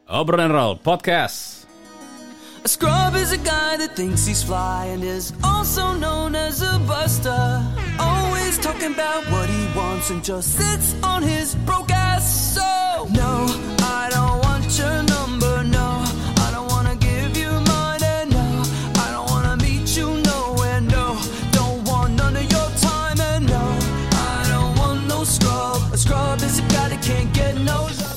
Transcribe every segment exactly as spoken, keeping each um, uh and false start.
Obrolan Roll Podcast. A scrub is a guy that thinks he's fly and is also known as a buster. Always talking about what he wants and just sits on his broke ass. So no, I don't want your number. No, I don't wanna give you mine. And no, I don't wanna meet you nowhere. No, don't want none of your time. And no, I don't want no scrub. A scrub is a guy that can't get no love.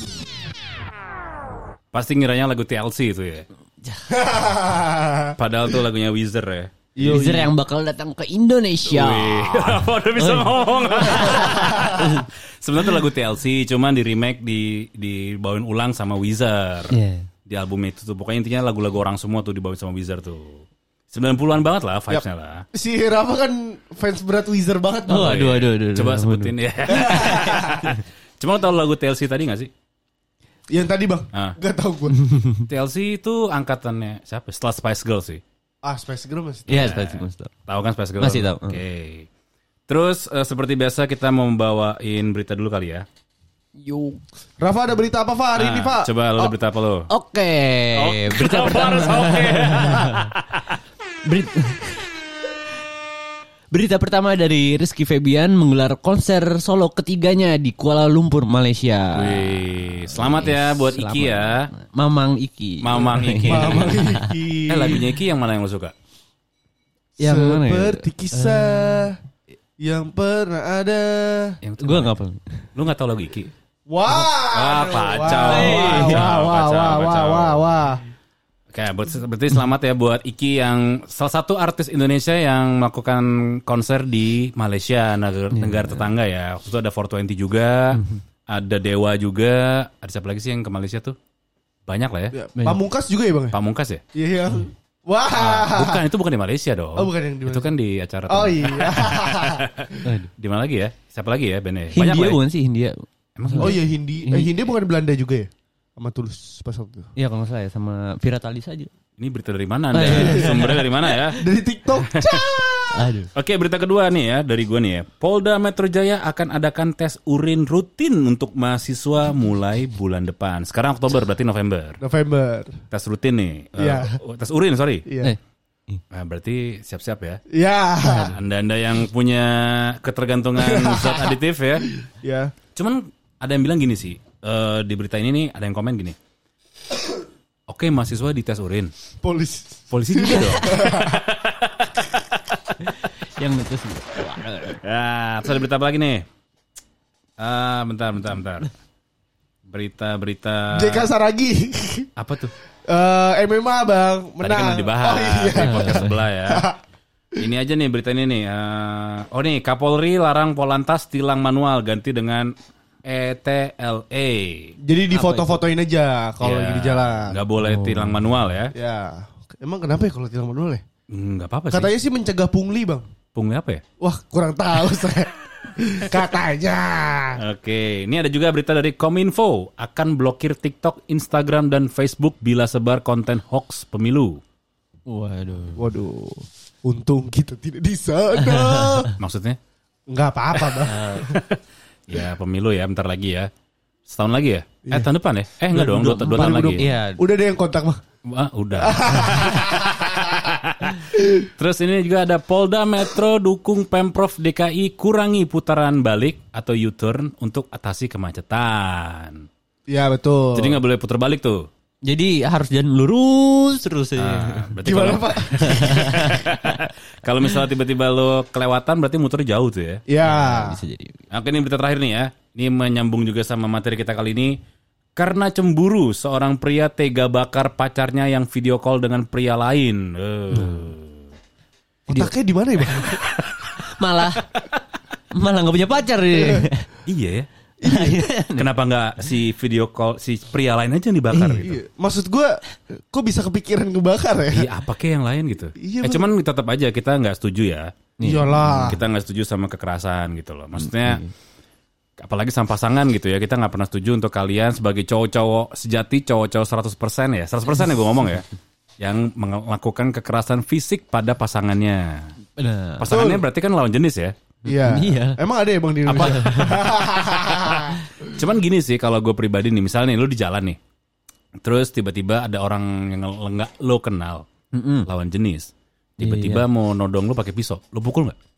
Pasti ngiranya lagu T L C itu ya. Padahal tuh lagunya Weezer ya. Weezer yang bakal datang ke Indonesia. Wih, apa udah bisa ngomong? Sebenarnya tuh lagu T L C, cuman di remake di dibawain ulang sama Weezer. Yeah. Di album itu tuh pokoknya intinya lagu-lagu orang semua tuh dibawain sama Weezer tuh. sembilan puluhan banget lah vibes-nya yep. lah. Si Rafa kan fans berat Weezer banget. Oh, aduh, aduh, aduh. Coba aduh, sebutin ya. Cuma lo tau lagu T L C tadi gak sih? Yang tadi bang, ah. gak tau gue. T L C itu angkatannya siapa? Setelah Spice Girls sih. Ah, Spice Girls masih. Iya, Spice Girls. Tahu kan Spice Girls? Masih tahu. Oke. Okay. Terus uh, seperti biasa kita mau membawain berita dulu kali ya. Yuk. Rafa ada berita apa Pak hari nah, ini Pak? Coba lo oh. berita apa lo? Oke. Okay. Oh, berita pertama. Okay. berita. Berita pertama dari Rizky Febian menggelar konser solo ketiganya di Kuala Lumpur, Malaysia. Wih, selamat ya buat selamat. Iki ya. Mamang Iki. Mamang Iki. Mamang Iki. Eh lagunya Iki yang mana yang lo suka? Yang mana ya? Seperti kisah uh, yang pernah ada. Yang gue nggak pernah. Lu nggak tahu lagu Iki? Wah, wah kacau. Wah, wah, wah, wah, wah, wah. Oke, berarti selamat ya buat Iki yang salah satu artis Indonesia yang melakukan konser di Malaysia, negara, yeah. negara tetangga ya. Waktu itu ada four twenty juga, mm-hmm. ada Dewa juga, ada siapa lagi sih yang ke Malaysia tuh? Banyak lah ya. ya Pamungkas juga ya bang? Pamungkas ya? Iya. Yeah. Wah. Ah, bukan, itu bukan di Malaysia dong. Oh, bukan yang di Malaysia. Itu kan di acara. Oh iya. Di mana lagi ya? Siapa lagi ya bandnya? Hindia ya? Bukan sih Hindia. Emang oh iya Hindi. Eh, Hindia bukan di Belanda juga ya? Sama Tulus pas waktu itu. Iya kalau nggak salah ya, sama Vira Talisa aja. Ini berita dari mana Anda? Sumbernya dari mana ya? Dari TikTok. Aduh. Oke, berita kedua nih ya dari gue nih ya. Polda Metro Jaya akan adakan tes urin rutin untuk mahasiswa mulai bulan depan. Sekarang Oktober berarti November. November. Tes rutin nih. Iya. Uh, tes urin sorry. Iya. Eh. Nah, berarti siap-siap ya. Iya. Anda-anda yang punya ketergantungan zat aditif ya. Iya. Cuman ada yang bilang gini sih. Uh, di berita ini nih ada yang komen gini. Oke, mahasiswa dites urin. Polisi. Polisi juga dong. Yang itu sih. Nah, terus ada berita apa lagi nih? Ah, bentar, bentar, bentar. Berita-berita. J K Saragi. Apa tuh? Uh, M M A bang, menang. Tadi kan udah dibahas oh, iya. di podcast sebelah ya. Ini aja nih berita ini nih. Uh, oh nih, Kapolri larang Polantas tilang manual ganti dengan E T L A. Jadi di foto-fotoin aja kalau ya, lagi di jalan. Gak boleh oh. tilang manual ya. Ya. Emang kenapa ya kalau tilang manual ya? Gak apa-apa sih. Katanya sih mencegah pungli bang. Pungli apa ya? Wah kurang tahu saya. Katanya. Oke, ini ada juga berita dari Kominfo akan blokir TikTok, Instagram dan Facebook bila sebar konten hoax pemilu. Waduh. Waduh. Untung kita tidak di sana. Maksudnya? Enggak apa-apa bang. Ya pemilu ya, bentar lagi ya. Setahun lagi ya? Eh yeah. tahun depan ya? Eh enggak dong, dua, dua tahun lagi ya? Udah ada yang kontak mah? Wah, udah. Terus ini juga ada Polda Metro dukung Pemprov D K I kurangi putaran balik atau U-turn untuk atasi kemacetan. Iya betul. Jadi gak boleh putar balik tuh. Jadi harus jalan lurus terus ya. Nah, gimana kalau, Pak? Kalau misalnya tiba-tiba lo kelewatan berarti muternya jauh tuh ya. Iya. Nah, bisa jadi. Oke, ini berita terakhir nih ya. Ini menyambung juga sama materi kita kali ini. Karena cemburu, seorang pria tega bakar pacarnya yang video call dengan pria lain. Uh. Hmm. Otaknya di mana ya Bang? malah malah nggak punya pacar ya. Iya ya. Kenapa nggak si video call si pria lain aja yang dibakar iya, gitu? Iya. Maksud gue, kok bisa kepikiran ngebakar ya? Iya, apa kayak yang lain gitu? Iya, eh, cuman tetap aja kita nggak setuju ya. Iyalah. Kita nggak setuju sama kekerasan gitu loh. Maksudnya, hmm. apalagi sama pasangan gitu ya. Kita nggak pernah setuju untuk kalian sebagai cowok-cowok sejati, cowok-cowok seratus persen ya, seratus persen ya gue ngomong ya, yang melakukan kekerasan fisik pada pasangannya. Benar. Pasangannya berarti kan lawan jenis ya. Iya. Iya. Emang ada ya Bang di Indonesia? Cuman gini sih kalau gue pribadi nih, misalnya nih lu di jalan nih, Terus tiba-tiba ada orang yang nggak lo kenal, Mm-mm. lawan jenis. Tiba-tiba iya. mau nodong lo pakai pisau, lo pukul nggak?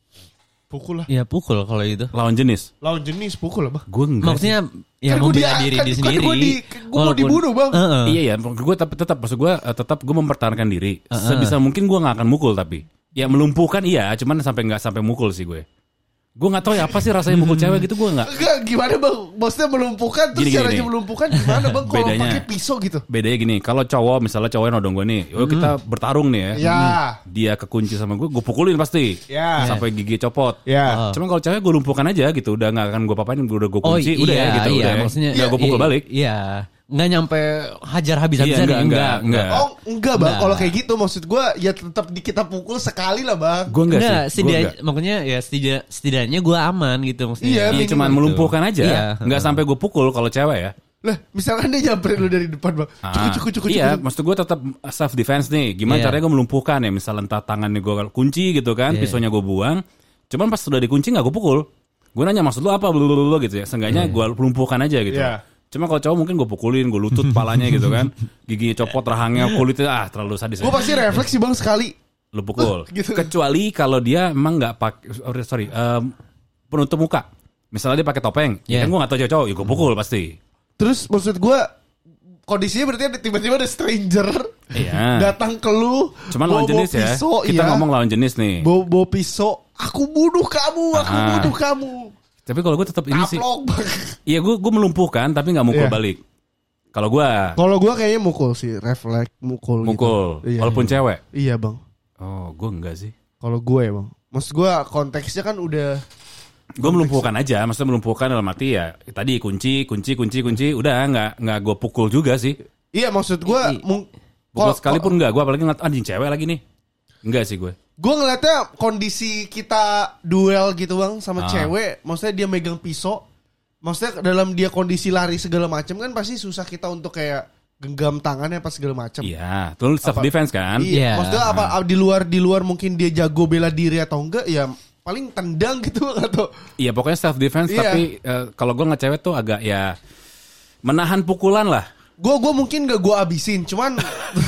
Pukul lah. Iya pukul kalau itu. Lawan jenis. Lawan jenis pukul lah bang. Gue enggak. Maksudnya ya kan membela diri kan, di kan sendiri. Gue di, mau dibunuh bang. Uh-uh. Iya ya, gue tetap tetap maksud gue tetap gue mempertahankan diri. Uh-uh. Sebisa mungkin gue nggak akan mukul tapi. Ya melumpuhkan iya, cuman sampai nggak sampai mukul sih gue. Gue nggak tahu ya apa sih rasanya mukul cewek gitu, gue nggak. Enggak, gimana bang? Maksudnya melumpuhkan terus gini, caranya gini. melumpuhkan gimana bang? Kalau pakai pisau gitu. Bedanya gini, kalau cowok misalnya cowoknya nodong gue nih, oh kita bertarung nih ya. Ya. Dia kekunci sama gue, gue pukulin pasti. Ya. Sampai gigi copot. Ya. Cuman kalau cewek gue lumpuhkan aja gitu, udah nggak akan gue papain, udah gue kunci, oh, udah iya, ya gitu, iya, udah. Maksudnya nggak gue pukul iya, balik. Iya. Nggak nyampe hajar habis-habisan. Iya, enggak, enggak, enggak. Oh enggak bang, kalau kayak gitu maksud gue ya tetap di kita pukul sekali lah bang. Gue enggak, enggak sih. Setidaknya, makanya ya setidak, setidaknya gue aman gitu maksudnya. Iya, iya cuman gitu. Melumpuhkan aja. Iya. Enggak sampai gue pukul kalau cewek ya. Lah misalkan dia nyamperin lu dari depan bang. Ah, cukup cukup cukup. Iya, maksud gue tetap self defense nih. Gimana yeah. caranya gue melumpuhkan ya? Misalnya entah tangannya gue kunci gitu kan, yeah. pisaunya gue buang. Cuman pas sudah dikunci nggak gue pukul. Gue nanya maksud lu apa? Blablabla gitu ya. Seenggaknya yeah. gue lumpuhkan aja gitu. Yeah. Cuma kalau cowok mungkin gue pukulin, gue lutut palanya gitu kan. Giginya copot, rahangnya, kulitnya ah terlalu sadis. Gue pasti refleks sih bang sekali. Lu pukul. gitu. Kecuali kalau dia emang nggak pakai, sorry, um, penutup muka. Misalnya dia pakai topeng, yeah. kan gue nggak tahu cowok, ya gue pukul pasti. Terus maksud gue kondisinya berarti ada tiba-tiba ada stranger iya. datang ke lu. Cuman lawan jenis ya. Pisau, kita iya. ngomong lawan jenis nih. Bawa, bawa pisau, aku bunuh kamu, aku ah. bunuh kamu. Tapi kalau gue tetap ini sih. Bang. Iya gue gue melumpuhkan tapi nggak mukul yeah. balik. Kalau gue. Kalau gue kayaknya mukul sih, refleks mukul. Mukul. Gitu. Iya, walaupun iya. cewek. Iya bang. Oh gue enggak sih. Kalau gue ya bang. Maksud gue konteksnya kan udah. Gue melumpuhkan aja, maksudnya melumpuhkan dalam arti ya. Tadi kunci, kunci, kunci, kunci, udah nggak nggak gue pukul juga sih. Iya maksud gue. Mung- pukul kalo, sekalipun nggak, gue apalagi ngeliat anjing cewek lagi nih. Enggak sih gue. Gue ngeliatnya kondisi kita duel gitu bang sama ah. cewek, maksudnya dia megang pisau, maksudnya dalam dia kondisi lari segala macam kan pasti susah kita untuk kayak genggam tangannya apa segala macam. Iya, itu self defense kan. Iya, yeah. maksudnya apa di luar di luar mungkin dia jago bela diri atau enggak, ya paling tendang gitu atau. Iya pokoknya self defense yeah. tapi uh, kalau gue ngecewek tuh agak ya menahan pukulan lah. Gue gue mungkin gak gue abisin, cuman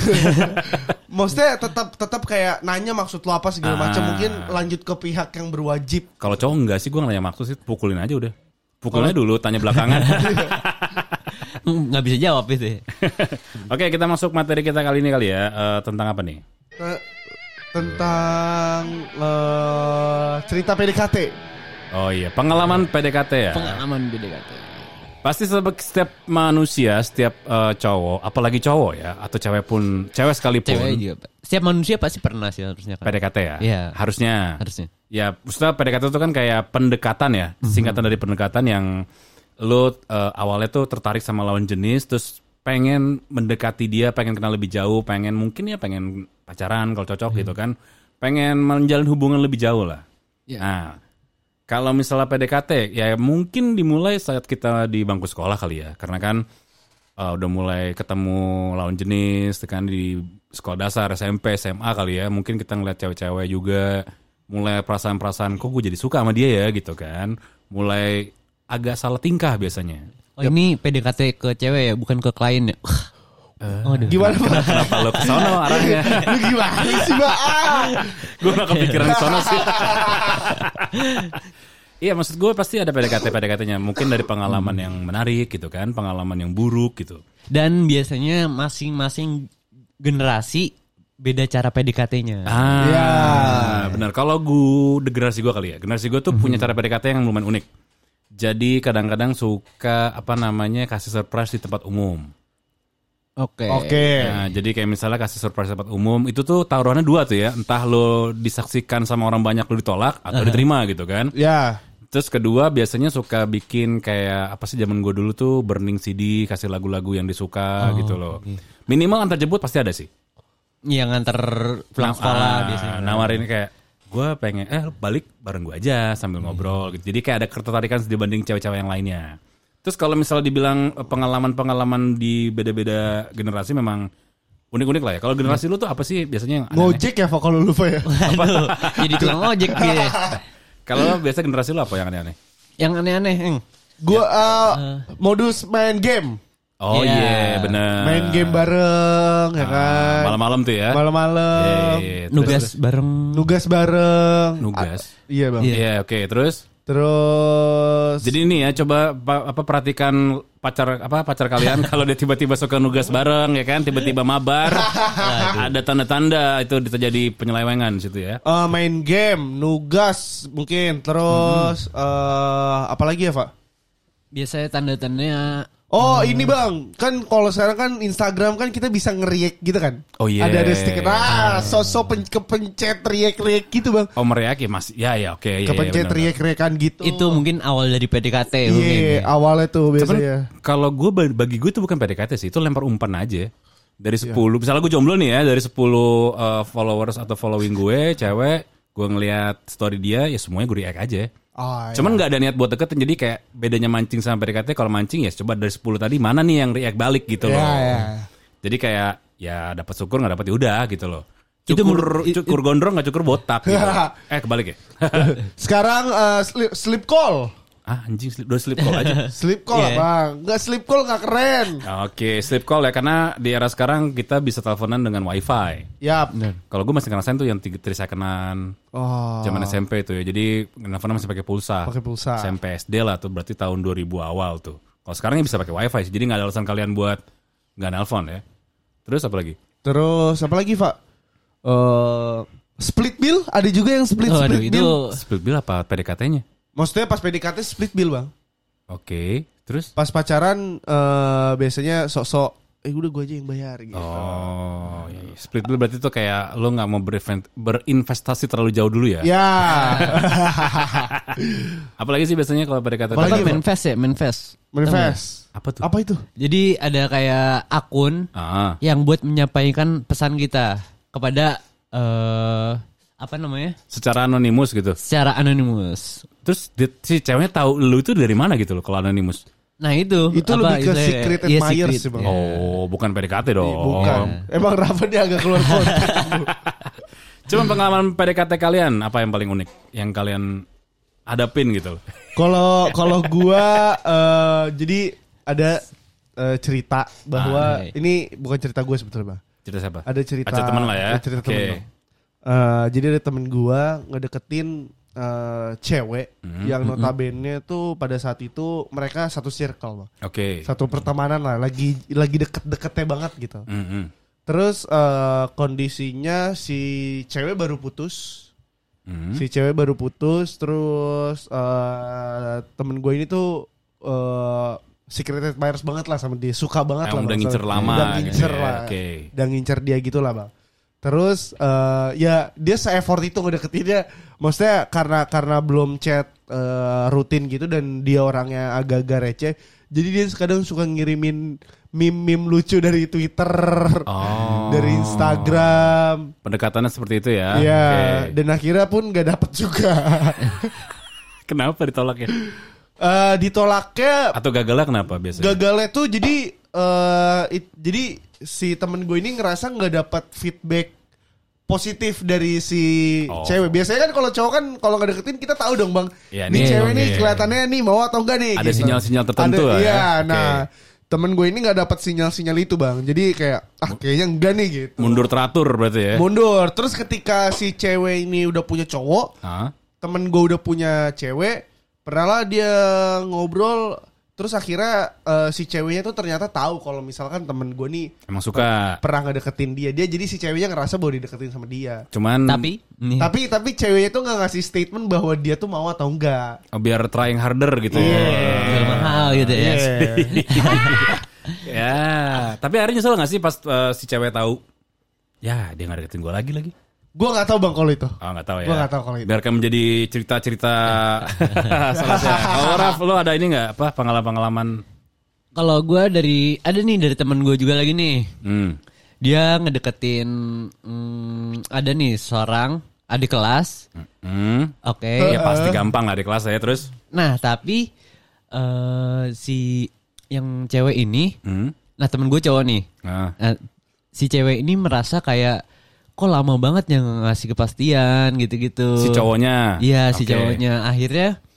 maksudnya tetap tetap kayak nanya maksud lo apa segala macam, ah. mungkin lanjut ke pihak yang berwajib. Kalau cowok enggak sih, gue nggak nanya maksud sih, pukulin aja udah. Pukulnya dulu, tanya belakangan. Nggak bisa jawab itu. Oke, kita masuk materi kita kali ini kali ya, uh, tentang apa nih? Uh, tentang uh, cerita P D K T. Oh iya, pengalaman P D K T ya. Pengalaman P D K T. Pasti setiap manusia, setiap uh, cowok, apalagi cowok ya, atau cewek pun, cewek sekalipun. Cewek juga. Setiap manusia pasti pernah sih harusnya kan. P D K T ya? Iya. Harusnya. Harusnya. Ya, maksudnya P D K T itu kan kayak pendekatan ya, singkatan mm-hmm. dari pendekatan yang lo uh, awalnya tuh tertarik sama lawan jenis, terus pengen mendekati dia, pengen kenal lebih jauh, pengen mungkin ya pengen pacaran kalau cocok mm-hmm. gitu kan, pengen menjalin hubungan lebih jauh lah. Yeah. Nah. Kalau misalnya P D K T, ya mungkin dimulai saat kita di bangku sekolah kali ya. Karena kan uh, udah mulai ketemu lawan jenis, kan di sekolah dasar, S M P, S M A kali ya. Mungkin kita ngeliat cewek-cewek juga, mulai perasaan-perasaan, kok gue jadi suka sama dia ya gitu kan. Mulai agak salah tingkah biasanya. Oh ini P D K T ke cewek ya, bukan ke klien ya? Uh, oh, gimana Pak? Kenapa lo kesono arahnya? Lu gimana sih Pak? Gue gak kepikiran kesono sih. Iya maksud gue pasti ada P D K T-P D K T-nya. Mungkin dari pengalaman yang menarik gitu kan, pengalaman yang buruk gitu. Dan biasanya masing-masing generasi beda cara P D K T-nya. Ah, ya. Benar. Kalau gue, generasi gue kali ya, generasi gue tuh mm-hmm. punya cara P D K T yang lumayan unik. Jadi kadang-kadang suka apa namanya kasih surprise di tempat umum. Oke. Okay. Oke. Okay. Nah, jadi kayak misalnya kasih surprise tempat umum itu tuh taruhannya dua tuh ya, entah lo disaksikan sama orang banyak lo ditolak atau uh-huh. diterima gitu kan. Ya. Yeah. Terus kedua biasanya suka bikin kayak apa sih zaman gue dulu tuh burning C D, kasih lagu-lagu yang disuka oh, gitu loh. Okay. Minimal antar jemput pasti ada sih. Yang antar pulang sekolah nah, biasanya. Nawarin kayak gue pengen eh balik bareng gue aja sambil hmm. ngobrol gitu. Jadi kayak ada ketertarikan dibanding cewek-cewek yang lainnya. Terus kalau misalnya dibilang pengalaman-pengalaman di beda-beda generasi memang unik-unik lah ya. Kalau generasi lu tuh apa sih biasanya yang aneh-aneh? Ngojek ya Pak kalau lupa ya. Waduh, jadi tukang ngojek gitu. Kalau biasa generasi lu apa yang aneh-aneh? Yang aneh-aneh, Eng. Gua uh, uh. modus main game. Oh iya, Iya. yeah, benar. Main game bareng ya Ah, kan. malam-malam tuh ya. Malam-malam. Iya, iya, iya. Terus- Nugas bareng. Nugas bareng. Nugas. A- iya bang. Iya. Iya, oke. Terus Terus. jadi ini ya coba pa- apa perhatikan pacar apa pacar kalian kalau dia tiba-tiba suka nugas bareng ya kan, tiba-tiba mabar. Ada tanda-tanda itu terjadi penyelewengan di situ ya. eh, main game, nugas mungkin. Terus eh apa lagi ya Pak? Biasanya tanda-tandanya Oh ini bang, kan kalau sekarang kan Instagram kan kita bisa nge-react gitu kan? Oh, iya. Ada ada stiker, ah sosok pen, kepencet react-react gitu bang. Oh meriak ya mas, ya ya oke. ya, Kepencet ya, benar. react-reactan gitu. itu mungkin awal dari P D K T mungkin. Iya, ya. awalnya tuh Cuman biasanya. kalau gue bagi gue itu bukan P D K T sih, itu lempar umpan aja. Dari sepuluh, misalnya gue jomblo nih ya, dari sepuluh uh, followers atau following gue, cewek, gue ngeliat story dia, ya semuanya gue react aja. Oh, Cuman nggak ada niat buat deketin, jadi kayak bedanya mancing sama P D K T, kalau mancing ya coba dari sepuluh tadi mana nih yang react balik gitu loh. Iya, iya. Jadi kayak ya dapat syukur nggak dapat ya udah gitu loh. Itu Cukur, menurut- cukur gondrong nggak cukur botak gitu. Eh kebalik ya. Sekarang eh, sleep, sleep call. Ah anjing slip, udah slip call aja. Sleep call Iya. bang. Nggak sleep call nggak keren. Oke, sleep call ya karena di era sekarang kita bisa teleponan dengan wifi. Yap. Kalau gue masih ngerasain tuh yang tiga secondan Oh. zaman S M P itu ya. Jadi nelfon masih pakai pulsa. Pakai pulsa. S M P S D lah tuh berarti tahun dua ribu awal tuh. Kalau sekarang ya bisa pakai wifi sih. Jadi nggak ada alasan kalian buat nggak nelpon ya. Terus apa lagi? Terus apa lagi Pak? Eh split bill ada juga yang split Oh, aduh, split itu bill. Split bill apa P D K T-nya? Maksudnya pas P D K T split bill bang. Oke, terus? Pas pacaran eh biasanya sok-sok eh udah gue aja yang bayar gitu. Oh, iya, iya. Split bill berarti tuh kayak lo nggak mau berinvent- berinvestasi terlalu jauh dulu ya? Ya. Apalagi sih biasanya kalau P D K T? Apalagi, Apa Pak? manifest ya, manifest. Manifest. Apa tuh? Apa itu? Jadi ada kayak akun Ah, yang buat menyampaikan pesan kita kepada eh apa namanya? secara anonimus gitu. Secara anonimus. Terus di- si ceweknya tahu lu itu dari mana gitu loh kalau anonimus? Nah itu Itu lebih ke istilahnya? secret Iya, admirer secret. sih, Bang. Iya. Oh, bukan P D K T dong. Bukan. Emang Rafa dia agak keluar konteks. Cuma pengalaman P D K T kalian apa yang paling unik yang kalian hadapin gitu loh? Kalau kalau gua eh, jadi ada eh, cerita bahwa Ah, iya. ini bukan cerita gue sebetulnya, Bang. Cerita siapa? Ada cerita Pacar teman lah ya. ada cerita Oke. temen dong. Eh, jadi ada temen gua ngedeketin eh, cewek Hmm, yang notabene tuh pada saat itu mereka satu circle, Bang. Oke. Satu pertemanan lah, lagi lagi deket-deketnya banget gitu. Hmm, hmm. Terus eh, kondisinya si cewek baru putus. Hmm. Si cewek baru putus, terus eh, temen gue ini tuh eh, secret admirers banget lah sama dia, suka banget Yang lah. udah Bang. ngincer lama udah gitu ngincer ya, lah, oke. udah ngincer dia gitu lah bang. Terus eh, ya dia se-effort itu ngedeketinnya, maksudnya karena karena belum chat eh, rutin gitu dan dia orangnya agak-agak receh, jadi dia kadang suka ngirimin meme-meme lucu dari Twitter, Oh. dari Instagram. Pendekatannya seperti itu ya. Iya, Oke. dan akhirnya pun gak dapet juga. Kenapa ditolak ya? Eh ditolaknya Atau gagalnya kenapa biasanya? gagalnya tuh jadi eh it- jadi si temen gue ini ngerasa nggak dapat feedback positif dari si Oh. cewek. Biasanya kan kalau cowok kan kalau nggak deketin kita tahu dong bang. Iya, nih nih, cewek nih iya. kelihatannya nih mau atau enggak nih. Ada sinyal-sinyal tertentu Ada- lah ya. Iya, Oke. nah temen gue ini nggak dapat sinyal-sinyal itu bang. Jadi kayak ah kayaknya enggak nih gitu. Mundur teratur berarti ya? Mundur. Terus ketika si cewek ini udah punya cowok, Hah? temen gue udah punya cewek, pernah lah dia ngobrol, terus akhirnya eh, si ceweknya tuh ternyata tahu kalau misalkan temen gue nih Emang suka. pernah ngedeketin dia, dia jadi si ceweknya ngerasa bahwa dideketin sama dia. Cuman Tapi nih, Tapi tapi ceweknya tuh nggak ngasih statement bahwa dia tuh mau atau enggak. oh, biar trying harder gitu ya. jual mahal gitu ya. Ya, tapi akhirnya nyesel gak sih pas uh, si cewek tahu? Ya, dia gak deketin gue lagi lagi. Gue nggak tahu bang kalau itu. Oh, gak tahu ya. Gua nggak tahu kalau itu. Biarkan menjadi cerita-cerita. Selanjutnya. Kalau Raf, lo ada ini gak? Apa pengalaman-pengalaman? Kalau gue dari ada nih dari teman gue juga lagi nih. Hmm. Dia ngedeketin hmm, ada nih seorang adik kelas. Hmm. Oke. Ya pasti gampang lah di kelas saya terus. Nah tapi eh si yang cewek ini, Hmm. nah temen gue cowok nih. Nah. Nah, si cewek ini merasa kayak kok lama banget yang ngasih kepastian gitu-gitu. Si cowoknya. Iya si Oke. cowoknya. Akhirnya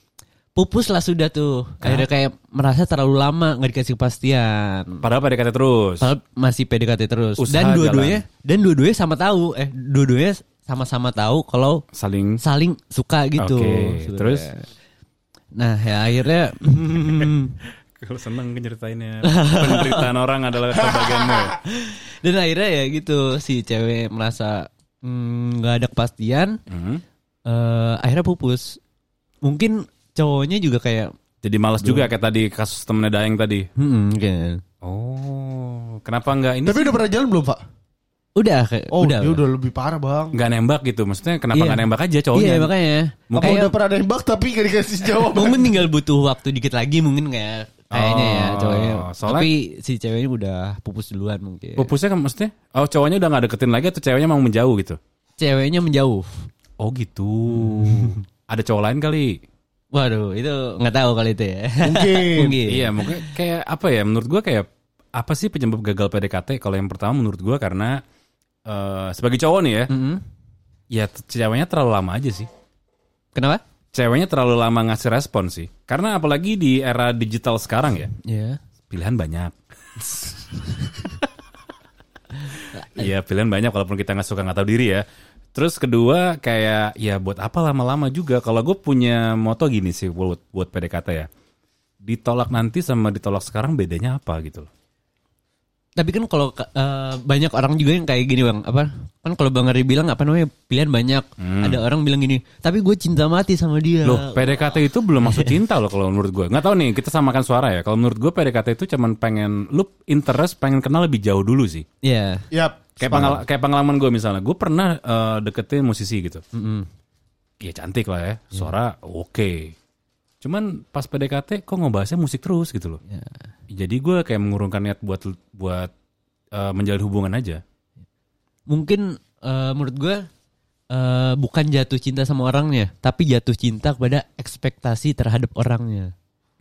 pupus lah sudah tuh. Akhirnya kayak merasa terlalu lama nggak dikasih kepastian. Padahal P D K T terus. Padahal masih P D K T terus. Usaha dan dua-duanya dan dua-duanya sama tahu eh dua-duanya sama-sama tahu kalau Saling. saling suka gitu. Oke, sebenarnya. terus? Nah, ya akhirnya Gue seneng nyeritainnya. Penderitaan orang adalah kebagianmu. dan akhirnya ya gitu si cewek merasa nggak mm, ada kepastian. Hmm. eh, akhirnya pupus. Mungkin cowoknya juga kayak Jadi malas juga kayak tadi kasus temennya Daeng tadi. hmm, kan. Oh, kenapa nggak ini? Tapi sih? udah pernah jalan belum, Pak? Udah kayak Oh, udah. dia udah lebih parah, Bang. Nggak nembak gitu. Maksudnya kenapa Iya. nggak nembak aja cowoknya? Iya makanya. Apa Kayak- udah pernah nembak tapi gak dikasih jawab? mungkin tinggal butuh waktu dikit lagi mungkin kayak kayaknya ya Oh, cowoknya. soalnya- Tapi si ceweknya udah pupus duluan mungkin. Pupusnya kan maksudnya? Oh, cowoknya udah nggak deketin lagi atau ceweknya mau menjauh gitu? Ceweknya menjauh. Oh gitu. Ada cowok lain kali? Waduh, itu nggak tahu kali itu ya. Mungkin. Mungkin. Iya, mungkin kayak apa ya? Menurut gua kayak apa sih penyebab gagal P D K T? Kalau yang pertama menurut gua karena eh, sebagai cowok nih ya, Mm-mm. ya t- ceweknya terlalu lama aja sih. Kenapa? Ceweknya terlalu lama ngasih respon sih. Karena apalagi di era digital sekarang ya, Iya. pilihan banyak. Iya, pilihan banyak walaupun kita nggak suka nggak tahu diri ya. Terus kedua kayak ya buat apa lama-lama juga. Kalau gue punya moto gini sih buat buat P D K T ya. Ditolak nanti sama ditolak sekarang bedanya apa gitu loh. Tapi kan kalau eh, banyak orang juga yang kayak gini bang, apa? Kan kalau Bang Ari bilang apa namanya pilihan banyak. Ada orang bilang gini, tapi gue cinta mati sama dia. Loh, P D K T itu belum masuk cinta loh kalau menurut gue. Nggak tahu nih, kita samakan suara ya. Kalau menurut gue P D K T itu cuman pengen lu interest, pengen kenal lebih jauh dulu sih. Iya. Yap. Kayak, pengal- kayak pengalaman gue misalnya, gue pernah eh, deketin musisi gitu. Mm-mm. Ya cantik lah ya, suara oke. Cuman pas P D K T kok ngebahasnya musik terus gitu loh. Ya. Jadi gue kayak mengurungkan niat buat buat eh, menjalin hubungan aja. Mungkin eh, menurut gue eh, bukan jatuh cinta sama orangnya, tapi jatuh cinta kepada ekspektasi terhadap orangnya.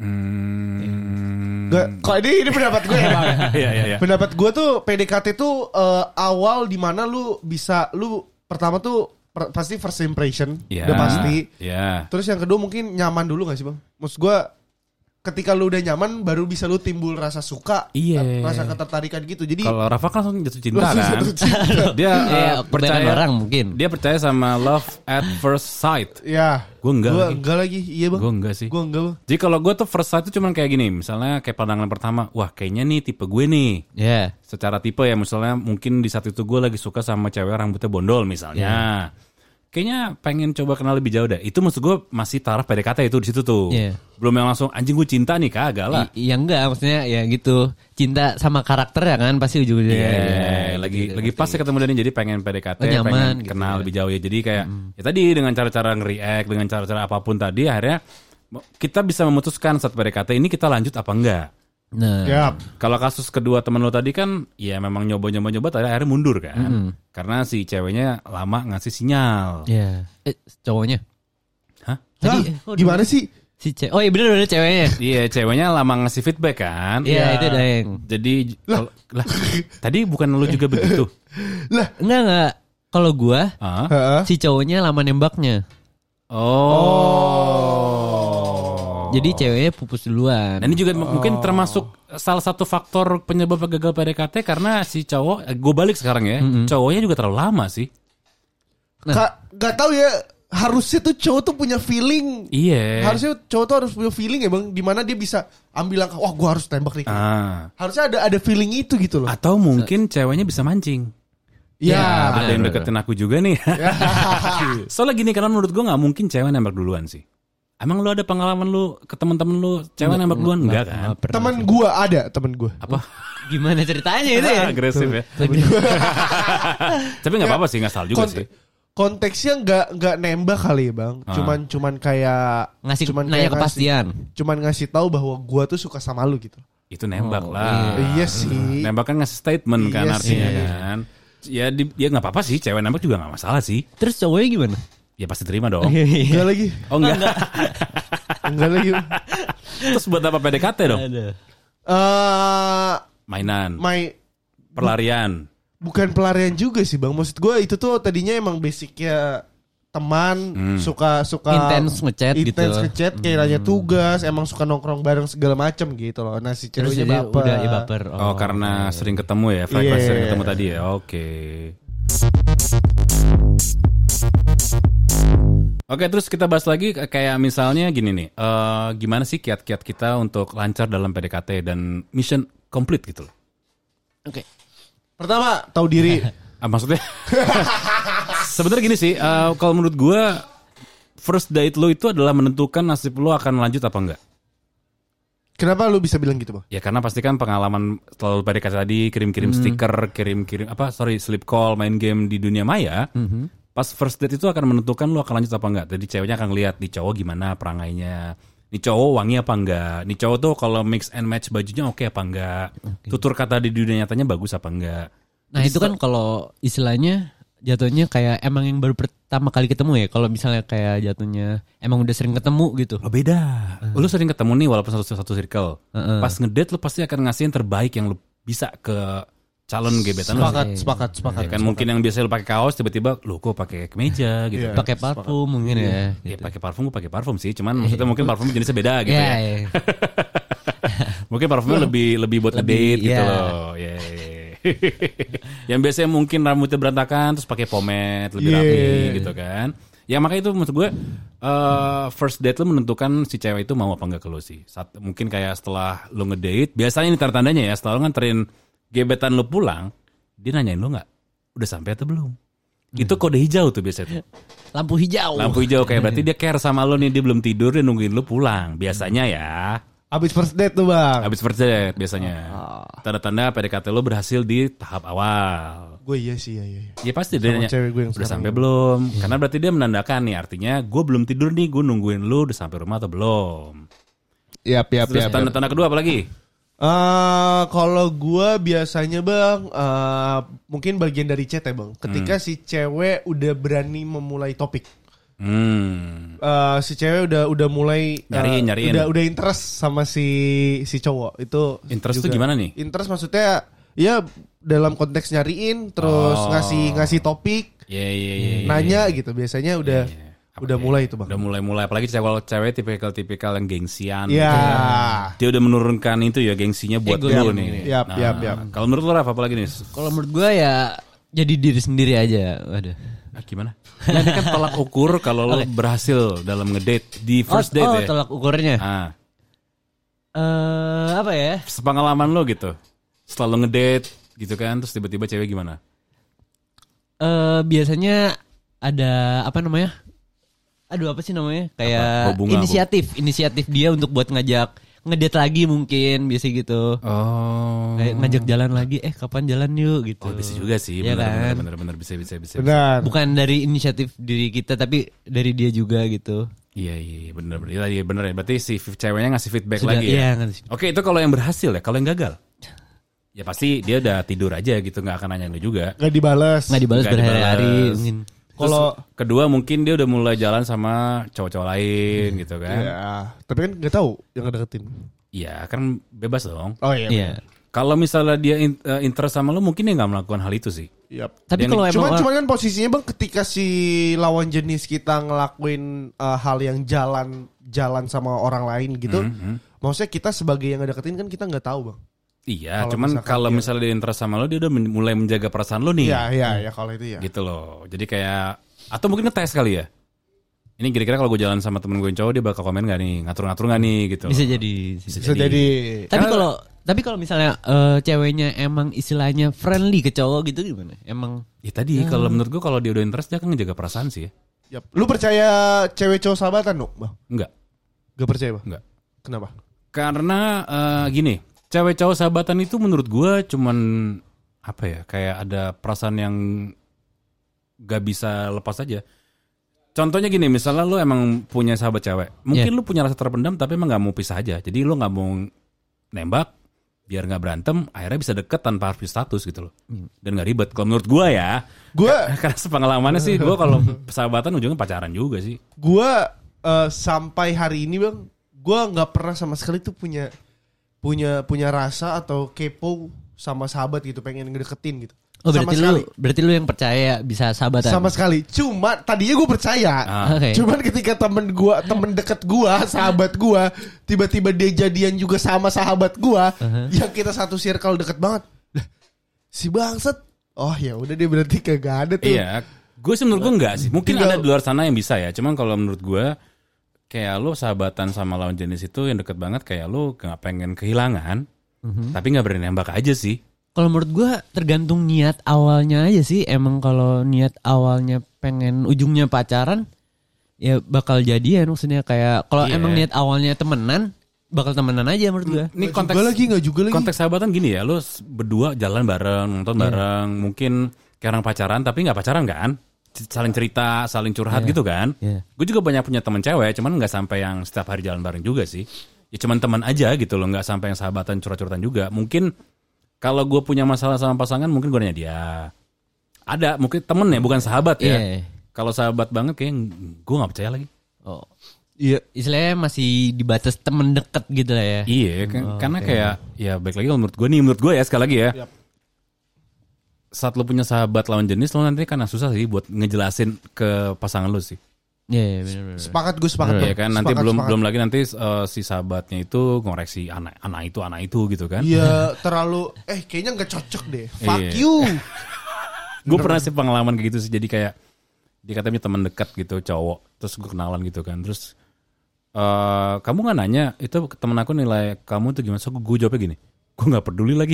Hmm. Gak, kok ini ini pendapat gue ya, Bang. Iya iya iya. Pendapat gue tuh P D K T tuh eh, awal dimana lu bisa lu pertama tuh per- pasti first impression Iya. udah pasti. Iya. Terus yang kedua mungkin nyaman dulu gak sih, Bang? Maksud gue ketika lu udah nyaman baru bisa lu timbul rasa suka, Iya. rasa ketertarikan gitu. Jadi Kalau Rafa kan langsung jatuh cinta Langsung kan. jatuh cinta. Dia Iya, eh, kebanyakan percaya orang mungkin. Dia percaya sama love at first sight. ya, Gue enggak gue lagi. enggak lagi. Iya, Bang. Gue enggak sih. Gue enggak, Bang. Jadi kalau gue tuh first sight tuh cuman kayak gini. Misalnya kayak pandangan pertama. Wah kayaknya nih tipe gue nih. Ya. Secara tipe ya misalnya mungkin di saat itu gue lagi suka sama cewek rambutnya bondol misalnya. Kayaknya pengen coba kenal lebih jauh deh. Itu maksud gue masih taraf P D K T itu di situ tuh. Iya. Belum yang langsung anjing gue cinta nih kagak lah. I- iya enggak, maksudnya ya gitu. Cinta sama karakter ya kan pasti ujung-ujungnya. Iya, ya, lagi gitu, lagi ngerti. pas ya ketemu dia jadi pengen P D K T, Oh, nyaman, pengen gitu kenal ya. lebih jauh ya. Jadi kayak ya tadi dengan cara-cara nge-react, dengan cara-cara apapun tadi akhirnya kita bisa memutuskan saat P D K T ini kita lanjut apa enggak. Nah. Yap. Kalau kasus kedua teman lo tadi kan ya memang nyoba-nyoba-nyoba tadi akhirnya mundur kan. Karena si ceweknya lama ngasih sinyal. Iya. Eh, cowoknya. Hah? Tadi Hah? eh, kok Gimana dulu? sih? Si ce- Oh iya bener bener ceweknya. Iya, ceweknya lama ngasih feedback kan. Iya, itu Daeng. Jadi kalau- lah tadi bukan lo juga begitu. Lah, Enggak enggak. Kalau gua Ah? heeh. si cowoknya lama nembaknya. Oh. Jadi ceweknya pupus duluan. Dan ini juga m- mungkin termasuk salah satu faktor penyebab gagal P D K T karena si cowok, gue balik sekarang ya, cowoknya juga terlalu lama sih. Ka- gak tahu ya, harusnya tuh cowok tuh punya feeling. Iya. Harusnya cowok tuh harus punya feeling ya, Bang, dimana dia bisa ambil langkah, wah gue harus tembak nih. Ah. Harusnya ada ada feeling itu gitu loh. Atau mungkin ceweknya bisa mancing. Ya, Ada yang benar, deketin aku juga nih. Soalnya gini, karena menurut gue gak mungkin cewek nembak duluan sih. Emang lu ada pengalaman lu ke temen-temen lu cewek nembak duluan? Enggak kan? Nggak pernah. teman gua ada, teman gua. Apa? Gimana ceritanya itu ya? Agresif ya. Tapi gak apa-apa sih, gak salah juga Kont- sih. Konteksnya nggak nggak nembak kali ya, Bang. Ah. Cuman cuman kayak Ngasih cuman nanya kayak kepastian. ngasih- cuman ngasih tahu bahwa gua tuh suka sama lu gitu. Itu nembak Oh, lah. Iya sih. Nembak kan ngasih statement kan Iya artinya sih. kan. Ya di, ya nggak apa-apa sih, cewek nembak juga nggak masalah sih. Terus cowoknya gimana? Ya pasti terima dong. Enggak lagi. Oh enggak. Enggak lagi. Terus buat apa P D K T dong? Ada. Eh, Mainan, my pelarian. bukan pelarian juga sih, Bang. Maksud gua itu tuh tadinya emang basicnya teman, Hmm. suka suka Intens ngechat gitu. intens ngechat kayak nanya tugas, emang suka nongkrong bareng segala macem gitu loh. Nah si Terus ceweknya dia baper. udah ya baper. Oh, karena oke. sering ketemu ya, frekuensi Iya. sering ketemu tadi ya. Oke. Oke, terus kita bahas lagi kayak misalnya gini nih. eh, gimana sih kiat-kiat kita untuk lancar dalam P D K T dan mission complete gitu loh. Oke. Pertama tahu diri. Ah, maksudnya sebenarnya gini sih, eh, kalau menurut gue first date lo itu adalah menentukan nasib lo akan lanjut apa enggak. Kenapa lu bisa bilang gitu, Bang? Ya karena pasti kan pengalaman selalu P D K T tadi, kirim-kirim stiker, kirim-kirim apa sorry sleep call, main game di dunia maya. Pas first date itu akan menentukan lo akan lanjut apa enggak. Jadi ceweknya akan lihat nih cowok gimana perangainya, nih cowok wangi apa enggak, nih cowok tuh kalau mix and match bajunya oke apa enggak, tutur kata di dunia nyatanya bagus apa enggak. Nah itu kan kalau istilahnya jatuhnya kayak emang yang baru pertama kali ketemu ya. Kalau misalnya kayak jatuhnya emang udah sering ketemu gitu. Lo beda. Lo sering ketemu nih walaupun satu satu circle. Uh-uh. Pas ngedate lo pasti akan ngasih yang terbaik yang lo bisa ke calon gebetan lo. Sepakat, sepakat, sepakat. Ya kan mungkin yang biasa lo pakai kaos tiba-tiba lo kok pakai kemeja gitu. Iya. Pakai parfum mungkin ya. Ya pakai parfum gue pakai parfum sih, cuman maksudnya mungkin parfum jenisnya beda gitu Iya, ya. iya. Mungkin parfumnya lebih lebih buat Lebih, ngedate gitu iya. loh. Ya. Yang biasanya mungkin rambutnya berantakan terus pakai pomade lebih Yeah. rapi gitu kan. Ya makanya itu maksud gue eh, first date lo menentukan si cewek itu mau apa enggak ke lo sih. Saat, mungkin kayak setelah lo ngedate, biasanya ini tanda-tandanya ya, setelah lo nganterin gebetan lo pulang, dia nanyain lo nggak udah sampai atau belum. Itu kode hijau tuh biasanya tuh. Lampu hijau. Lampu hijau kayak berarti dia care sama lo nih, dia belum tidur, dia nungguin lo pulang. Biasanya ya. Abis first date tuh, Bang. Habis first date biasanya. Tanda-tanda P D K T lo berhasil di tahap awal. Gue iya sih, iya iya. Ya pasti dia Sama nanya, cewek gue yang udah sekarang sampai ini." belum? Karena berarti dia menandakan nih, artinya gue belum tidur nih, gue nungguin lo udah sampai rumah atau belum. Yap, yap, Terus yap. tanda-tanda kedua apa lagi? Eh, kalau gue biasanya, Bang, eh, mungkin bagian dari chat ya, Bang. Ketika si cewek udah berani memulai topik. Hmm. Eh, si cewek udah udah mulai eh, Nyariin, nyariin. udah udah interest sama si si cowok itu. Interest tuh juga. gimana nih? Interest maksudnya ya dalam konteks nyariin, terus Oh. ngasih ngasih topik, Iya, iya, iya. iya. nanya gitu. Biasanya udah Iya. Apa udah ya? mulai itu, Bang. Udah mulai-mulai, apalagi cewek cewek tipikal-tipikal yang gengsian. Iya. gitu ya. Dia udah menurunkan itu ya gengsinya buat Ego lu yang nih. ini. Yap, yap, yap. Kalau menurut lo Raf, apa lagi nih? Kalau menurut gue ya jadi diri sendiri aja. Waduh. Ah, gimana? Nah, ini kan tolak ukur kalau lo berhasil dalam ngedate di first oh, date oh, ya. tolak ukurnya. Ah, Eh apa ya? sepengalaman lo gitu. Setelah lo ngedate gitu kan, terus tiba-tiba cewek gimana? Eh biasanya ada apa namanya? Aduh apa sih namanya? Apa? Kayak Oh, bunga, inisiatif, inisiatif dia untuk buat ngajak ngedate lagi mungkin biasa gitu. Oh. Kayak ngajak jalan lagi, eh kapan jalan yuk gitu. Oh, bisa juga sih. Iya Bener, kan? bener, bener, bener, bisa, bisa, bisa. bisa. Benar. Bukan dari inisiatif diri kita tapi dari dia juga gitu. Iya, iya, iya, bener, bener. Iya, iya, bener ya. Berarti si ceweknya ngasih feedback Sudah, lagi iya, ya. ngasih. Oke, itu kalau yang berhasil ya. Kalau yang gagal, ya pasti dia udah tidur aja gitu, nggak akan nanya lu juga. Nggak dibales. Nggak dibalas Nggak berhari-hari dibales. mungkin. Kalau Kalau- kedua mungkin dia udah mulai jalan sama cowok-cowok lain gitu kan. Ya, tapi kan nggak tahu yang ngedeketin. Iya, kan bebas dong. Oh iya. Iya. Kalau misalnya dia in- eh, interest sama lu, mungkin dia nggak melakukan hal itu sih. Yap. Tapi Dia kalau nih- emang Cuman, orang- cuman kan posisinya, Bang, ketika si lawan jenis kita ngelakuin uh, hal yang jalan jalan sama orang lain gitu, Mhm. maksudnya kita sebagai yang ngedeketin kan kita nggak tahu, Bang. Iya, Kalau cuman misalkan kalau dia- misalnya dia interest sama lu, dia udah men- mulai menjaga perasaan lu nih. Iya, iya, ya kalau itu ya. Gitu loh. Jadi kayak, atau mungkin ngetes kali ya. Ini kira-kira kalau gue jalan sama temen gue yang cowok, dia bakal komen gak nih, ngatur-ngatur gak nih gitu. bisa loh. jadi. Bisa jadi. Tapi Karena- kalau tapi kalau misalnya eh, ceweknya emang istilahnya friendly ke cowok gitu gimana? Emang Ya tadi kalau menurut gue kalau dia udah interest, dia akan ngejaga perasaan sih ya. Yap. Lu percaya cewek cowok sahabatan, no, Bang? Enggak, Gak percaya, Bang? enggak. Kenapa? Karena eh, gini, cewek cowok sahabatan itu menurut gue cuman apa ya, kayak ada perasaan yang gak bisa lepas aja. Contohnya gini, misalnya lu emang punya sahabat cewek, mungkin Yeah. lu punya rasa terpendam tapi emang gak mau pisah aja. Jadi lu gak mau nembak, biar gak berantem, akhirnya bisa deket tanpa harus status gitu loh. Dan gak ribet. Kalau menurut gue ya, Gua karena sepengalamannya sih, gue kalau sahabatan ujungnya pacaran juga sih. gua eh, sampai hari ini, Bang, gua nggak pernah sama sekali tuh punya punya punya rasa atau kepo sama sahabat gitu, pengen ngedeketin gitu. Oh sama berarti lu sekali. berarti lu yang percaya bisa sahabatan. Sama sekali. Cuma tadinya gue percaya. Ah. Oke. Cuman ketika temen gue, temen deket gue, sahabat gue, tiba-tiba dia jadian juga sama sahabat gue, Uh-huh. yang kita satu circle deket banget. Lah, si bangsat. Oh ya udah dia berarti kagak ada tuh. Iya, gue sih menurut gue enggak sih. Mungkin Tinggal- ada di luar sana yang bisa ya. Cuman kalau menurut gue, kayak lu sahabatan sama lawan jenis itu yang deket banget, kayak lu gak pengen kehilangan, tapi gak berani nembak aja sih. Kalau menurut gue tergantung niat awalnya aja sih. Emang kalau niat awalnya pengen ujungnya pacaran, ya bakal jadian. Maksudnya kayak kalau Iya. emang niat awalnya temenan, bakal temenan aja menurut gue. Ini Nggak konteks juga lagi, nggak juga lagi. konteks sahabatan gini ya, lu s- berdua jalan bareng, nonton bareng, mungkin kayak orang pacaran tapi nggak pacaran kan? C- Saling cerita, saling curhat gitu kan? Iya. Gue juga banyak punya temen cewek, cuman nggak sampai yang setiap hari jalan bareng juga sih. Ya cuman teman aja gitu loh, nggak sampai yang sahabatan curhat-curhatan juga. Mungkin kalau gue punya masalah sama pasangan, mungkin gue nanya dia. Ada, mungkin temen ya, bukan sahabat ya. Iya. Kalau sahabat banget kayak gue nggak percaya lagi. Oh. Iya. Istilahnya masih di batas temen deket gitu lah ya. Iya, kan- karena kayak ya baik lagi kalau menurut gue nih, menurut gue ya sekali lagi ya. Yap. Saat lo punya sahabat lawan jenis, lo nanti kan susah sih buat ngejelasin ke pasangan lo sih. Iya, iya benar-benar. Sepakat gue sepakat. Iya Bang. kan, nanti Sepakat, belum sepakat. belum lagi nanti eh, si sahabatnya itu ngoreksi anak anak itu anak itu gitu kan. Iya terlalu eh kayaknya nggak cocok deh. Fuck Iya. you. Gue pernah sih pengalaman kayak gitu sih, jadi kayak dia katanya teman dekat gitu cowok, terus gue kenalan gitu kan, terus eh kamu nggak nanya itu temen aku nilai kamu tuh gimana? So gue jawabnya gini, gue nggak peduli lagi.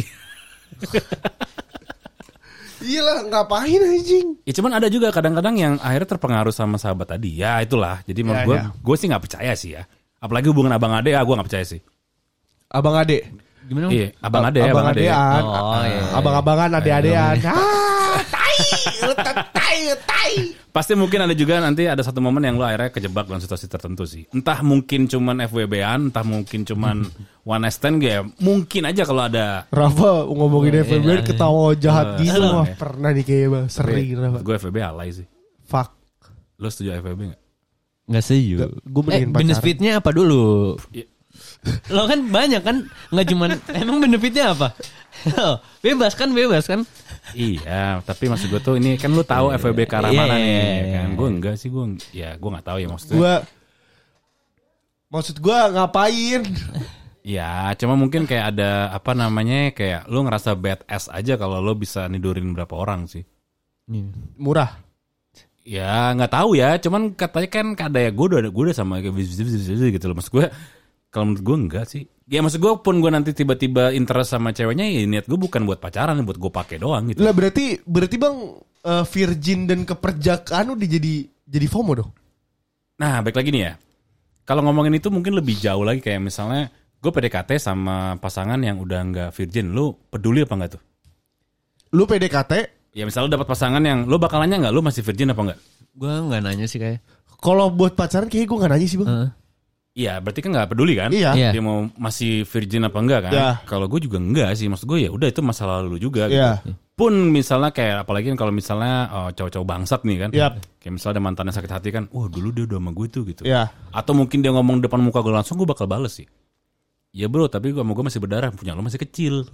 Iya lah ngapain anjing. Ya cuman ada juga kadang-kadang yang akhirnya terpengaruh sama sahabat tadi. Ya itulah. Jadi menurut Ya, gue, ya. gue sih nggak percaya sih ya. Apalagi hubungan abang ade, ya gue nggak percaya sih. Abang ade. Gimana? Iya, abang ade, abang abang ade. adean. Oh, iya. Abang-abangan ade-adean. Ah, tai, tai, tai. Pasti mungkin ada juga nanti ada satu momen yang lo akhirnya kejebak dalam situasi tertentu sih. Entah mungkin cuman F W B-an, entah mungkin cuman one night stand ya. Mungkin aja kalau ada. Rafa ngomongin F B B ketawa jahat Eh, gitu. eh, Wah, eh. pernah nih kayaknya Bang. Sering Rafa. Gue F W B alay sih. Fuck. Lo setuju F W B gak? Nggak setuju. Nggak, gua eh, mendingin pacaran. benefitnya apa dulu? Iya. Lo kan banyak kan, nggak cuman emang benefitnya apa? Bebas kan, bebas kan? Iya, tapi maksud gue tuh ini kan lo tahu F W B ke arah Iya, mana iya, nih iya. kan? Gue enggak sih, gue ya gue nggak tahu ya maksudnya. Gua maksud gua ngapain? Ya, cuma mungkin kayak ada apa namanya kayak lo ngerasa bad ass aja kalau lo bisa nidurin berapa orang sih. Murah. Ya nggak tahu ya, cuman katanya kan ada ya gue udah gue udah sama kayak gitu loh. Maksud gue kalau menurut gue enggak sih. Ya maksud gue pun gue nanti tiba-tiba interest sama ceweknya, ya niat gue bukan buat pacaran, buat gue pakai doang gitu. Lah berarti berarti Bang eh, virgin dan keperjakaan udah jadi jadi FOMO dong. Nah, baik lagi nih ya. Kalau ngomongin itu mungkin lebih jauh lagi kayak misalnya gue P D K T sama pasangan yang udah nggak virgin, lu peduli apa enggak tuh? Lu P D K T, Ya misalnya lu dapat pasangan yang lu bakal nanya nggak lu masih virgin apa enggak? Gue nggak nanya sih kayak. kalau buat pacaran kayaknya gue gak nanya sih Bang. Heeh. Iya, berarti kan nggak peduli kan? Iya. Iya. Dia mau masih virgin apa enggak kan? Iya. Kalau gue juga enggak sih, maksud gue ya udah itu masalah lu juga. Iya. Gitu. Pun misalnya kayak apalagi kalau misalnya oh, cowok-cowok bangsat nih kan, Yap. kayak misalnya ada mantannya sakit hati kan, wah dulu dia udah sama gue tuh gitu. Iya. Atau mungkin dia ngomong depan muka gue langsung, gue bakal bales sih. Ya bro, tapi gue sama gue masih berdarah, punya lo masih kecil.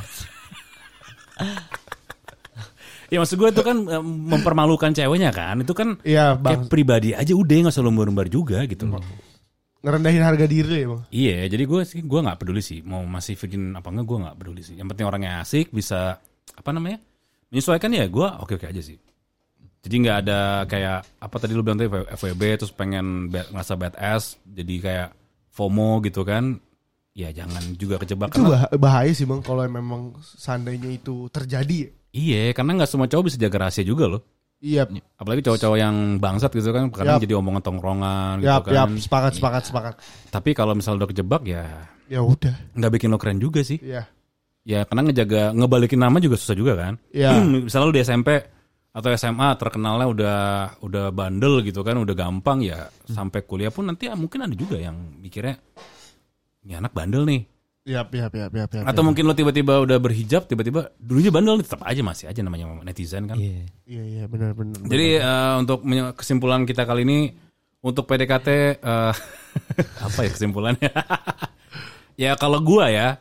Ya maksud gue itu kan eh, mempermalukan ceweknya kan, itu kan Iya, kayak Bang. pribadi aja udah nggak usah lumbar-lumbar juga gitu loh. Ngerendahin harga diri ya Bang. Iya, jadi gue sih gue nggak peduli sih mau masih virgin apa enggak, gue nggak peduli sih. Yang penting orangnya asik, bisa apa namanya menyesuaikan ya, gue oke oke aja sih. Jadi nggak ada kayak apa tadi lu bilang tadi F W B terus pengen bad, ngerasa bad ass, jadi kayak FOMO gitu kan. Ya jangan juga kejebak Itu karena- bah- bahaya sih Bang kalau memang seandainya itu terjadi. Iya, karena nggak semua cowok bisa jaga rahasia juga loh. Iya. Apalagi cowok-cowok yang bangsat gitu kan, kadang Yap. jadi omongan tongkrongan gitu Yap, kan. yap, sepakat, sepakat, sepakat. Tapi kalau misalnya udah kejebak ya Ya udah. nggak bikin lo keren juga sih. Iya. Ya karena ngejaga ngebalikin nama juga susah juga kan. Iya. Misalnya lu di S M P atau S M A terkenalnya udah udah bandel gitu kan, udah gampang ya sampai kuliah pun nanti ya, mungkin ada juga yang mikirnya ini anak bandel nih. Yap, yap, yap, yap, yap. Atau mungkin lo tiba-tiba udah berhijab, tiba-tiba dulunya bandel nih, tetap aja masih aja namanya netizen kan. Iya. Iya, iya, benar, benar. Jadi eh, untuk menye- kesimpulan kita kali ini untuk P D K T eh, apa ya kesimpulannya? Ya kalau gua ya,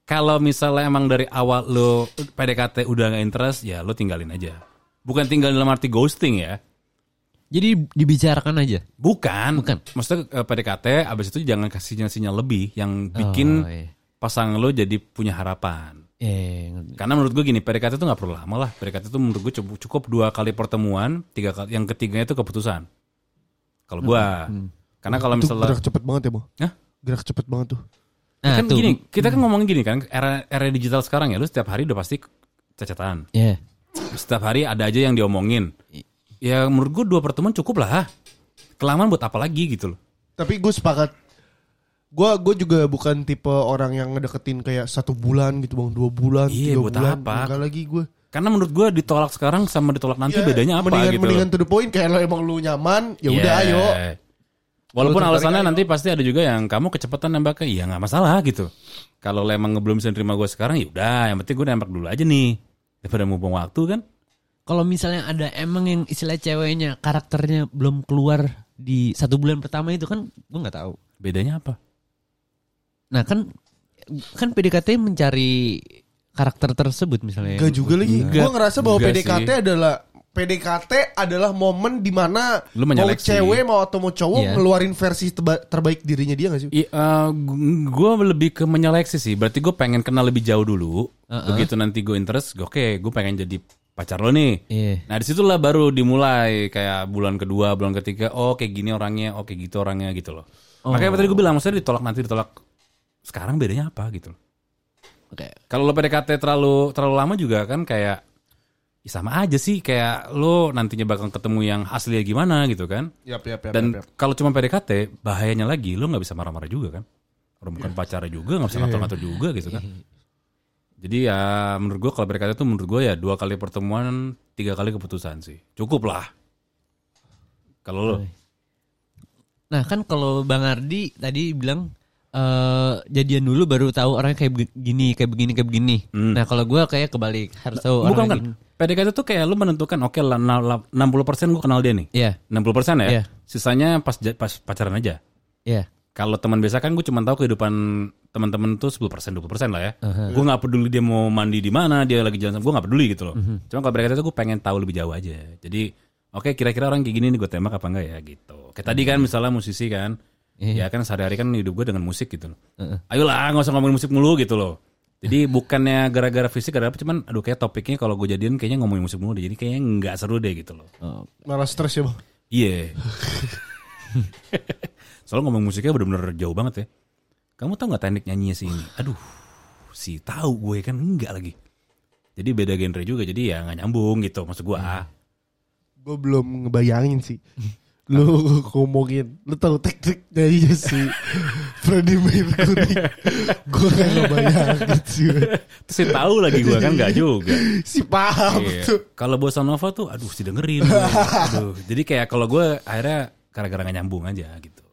kalau misalnya emang dari awal lo P D K T udah gak interest, ya lo tinggalin aja. Bukan tinggal dalam arti ghosting ya. Jadi dibicarakan aja. Bukan. Bukan. Maksudnya eh, P D K T abis itu jangan kasih sinyal-sinyal lebih yang bikin Oh, iya. pasangan lo jadi punya harapan. Eh, ngerti. Karena menurut gue gini, P D K T itu gak perlu lama lah. P D K T itu menurut gue cukup, cukup dua kali pertemuan, tiga kali, yang ketiganya itu keputusan. Kalau gue. Hmm. Karena kalau Itu misalnya... gerak cepet banget ya bang. Hah? Gerak cepet banget tuh. Nah, kan tuh. gini, kita kan ngomongin gini kan, era era digital sekarang ya, lu setiap hari udah pasti cacatan. Iya. Setiap hari ada aja yang diomongin. Ya menurut gue dua pertemuan cukup lah. Kelamaan buat apa lagi gitu loh. Tapi gue sepakat. Gue gue juga bukan tipe orang yang ngedeketin kayak satu bulan gitu bang, dua bulan, Iya, tiga buat bulan. apa? Enggak lagi gue. Karena menurut gue ditolak sekarang sama ditolak nanti Ya, bedanya apa mendingan, gitu Mendingan loh. to the point, kayak lo emang lu nyaman, ya udah Yeah. ayo. Walaupun Lu tertarik, alasannya ayo. nanti pasti ada juga yang kamu kecepatan nembaknya, ya nggak masalah gitu. Kalau lo emang belum bisa nerima gue sekarang, ya udah, yang penting gue nembak dulu aja nih. Daripada mumpung waktu kan. Kalau misalnya ada emang yang istilah ceweknya karakternya belum keluar di satu bulan pertama itu kan gue nggak tahu. Bedanya apa? Nah kan kan P D K T mencari karakter tersebut misalnya. Enggak juga lagi. Enggak. Gue ngerasa bahwa Enggak P D K T sih. adalah P D K T adalah momen dimana Lu mau menyeleksi. cewek mau atau mau cowok Iya. ngeluarin versi teba- terbaik dirinya dia gak sih? Gue lebih ke menyeleksi sih. Berarti gue pengen kenal lebih jauh dulu. Uh-uh. Begitu nanti gue interest, oke, okay, gue pengen jadi pacar lo nih. Iya. Nah disitulah baru dimulai kayak bulan kedua, bulan ketiga. Oh kayak gini orangnya, oh kayak gitu orangnya gitu loh. Oh. Makanya tadi gue bilang, maksudnya ditolak nanti ditolak. Sekarang bedanya apa gitu loh. Oke. Kalau lo P D K T terlalu terlalu lama juga kan kayak ya sama aja sih, kayak lo nantinya bakal ketemu yang aslinya gimana gitu kan. Yap, yap, yap, Dan yap, yap. kalau cuma P D K T, bahayanya lagi lo nggak bisa marah-marah juga kan. Orang bukan pacarnya juga, nggak bisa ngatur-ngatur juga gitu kan. Jadi ya menurut gue kalau P D K T itu menurut gue ya dua kali pertemuan, tiga kali keputusan sih. Cukup lah. Kalau lo, Nah kan kalau Bang Ardi tadi bilang eh jadian dulu baru tahu orangnya kayak begini, kayak begini, kayak begini. Hmm. Nah kalau gue kayak kebalik, harus tahu bukan orang kan? P D K T itu kayak lo menentukan, oke lah enam puluh persen gue kenal dia nih. Iya, enam puluh persen ya. Iya. Sisanya pas pas pacaran aja. iya. Kalau teman biasa kan gue cuma tahu kehidupan teman-teman tuh sepuluh persen, dua puluh persen lah ya. Uh-huh. Gue nggak peduli dia mau mandi di mana, dia lagi jalan, gue nggak peduli gitu loh. Uh-huh. Cuma kalau P D K T itu gue pengen tahu lebih jauh aja. Jadi oke kira-kira orang kayak gini nih gue tembak apa enggak ya gitu. Kayak tadi kan misalnya musisi kan, Iya. ya kan sehari-hari kan hidup gue dengan musik gitu loh. Uh-uh. Ayolah nggak usah ngomongin musik mulu gitu loh. Jadi bukannya gara-gara fisik ada apa, cuman aduh kayak topiknya kalau gue jadian kayaknya ngomongin musik mulu deh. Jadi kayaknya nggak seru deh gitu loh. Oh. Malah stres ya bang. Iya. Soalnya ngomong musiknya bener-bener jauh banget ya. Kamu tahu nggak teknik nyanyinya si ini? Aduh, si tahu gue kan enggak lagi. Jadi beda genre juga, jadi ya nggak nyambung gitu maksud gue. Ah. Gue belum ngebayangin sih. Lu ngomongin, lu tahu teknik nyanyinya si Freddie Mercury. Gue gak ngebayangin sih. Terus si tahu lagi gue kan nggak juga. Si paham Iya. tuh. Kalau bossa nova tuh, aduh si dengerin. gue. Aduh, jadi kayak kalau gue akhirnya gara-gara nggak nyambung aja gitu.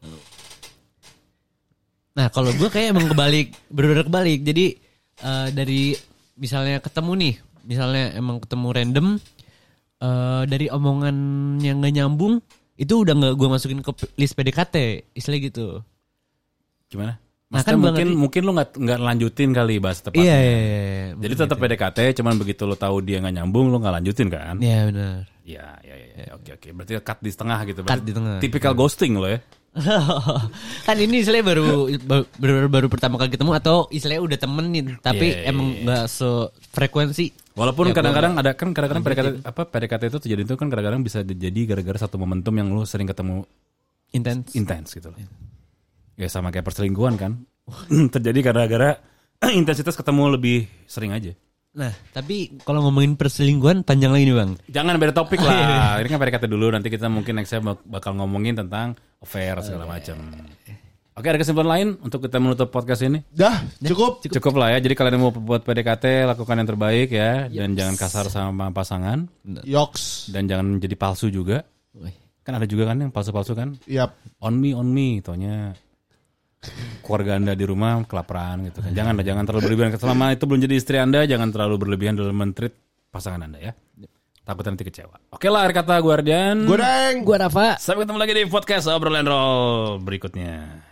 Nah kalau gue kayak emang kebalik, bener-bener kebalik. Jadi eh, dari misalnya ketemu nih, misalnya emang ketemu random, eh, dari omongan yang gak nyambung, itu udah gak gue masukin ke list P D K T, istilah gitu. Gimana? Nah, Maksudnya kan mungkin Bang Adi- mungkin lu nggak nggak lanjutin kali bahas tepatnya. Iya, iya, iya. Jadi tetap P D K T, cuman begitu lo tahu dia nggak nyambung, lo nggak lanjutin kan? Iya benar. Iya, iya, iya. Oke, oke. Berarti cut di tengah gitu. Cut di tengah. Tipikal ghosting lo ya. Kan ini istilahnya baru, baru baru baru pertama kali ketemu atau istilahnya udah temenin, tapi Iya, iya, emang iya. nggak sefrekuensi. Walaupun Ya, kadang-kadang gua- ada kan kadang-kadang P D K T apa P D K T itu terjadi itu kan kadang-kadang bisa jadi gara-gara satu momentum yang lo sering ketemu Intens. intens gitu loh. Ya sama kayak perselingkuhan kan. Terjadi gara-gara intensitas ketemu lebih sering aja. Nah, tapi kalau ngomongin perselingkuhan panjang lagi nih bang. Jangan beda topik lah. Ini kan P D K T dulu, nanti kita mungkin nextnya bak- bakal ngomongin tentang affair segala macam. Oke, ada kesimpulan lain untuk kita menutup podcast ini? Dah, cukup. Cukup lah ya. Jadi kalian mau buat P D K T, lakukan yang terbaik ya, dan jangan kasar sama pasangan, Yoks. dan jangan jadi palsu juga. Wih. Kan ada juga kan yang palsu-palsu kan? Yap. On me, on me, taunya keluarga Anda di rumah kelaparan gitu kan. Jangan jangan terlalu berlebihan. Selama itu belum jadi istri Anda, jangan terlalu berlebihan dalam mentreat pasangan Anda ya. Takut nanti kecewa. Oke lah, akhir kata gue Ardian. Gue Deng. Gua Rafa. Sampai ketemu lagi di podcast Obrolan Roll berikutnya.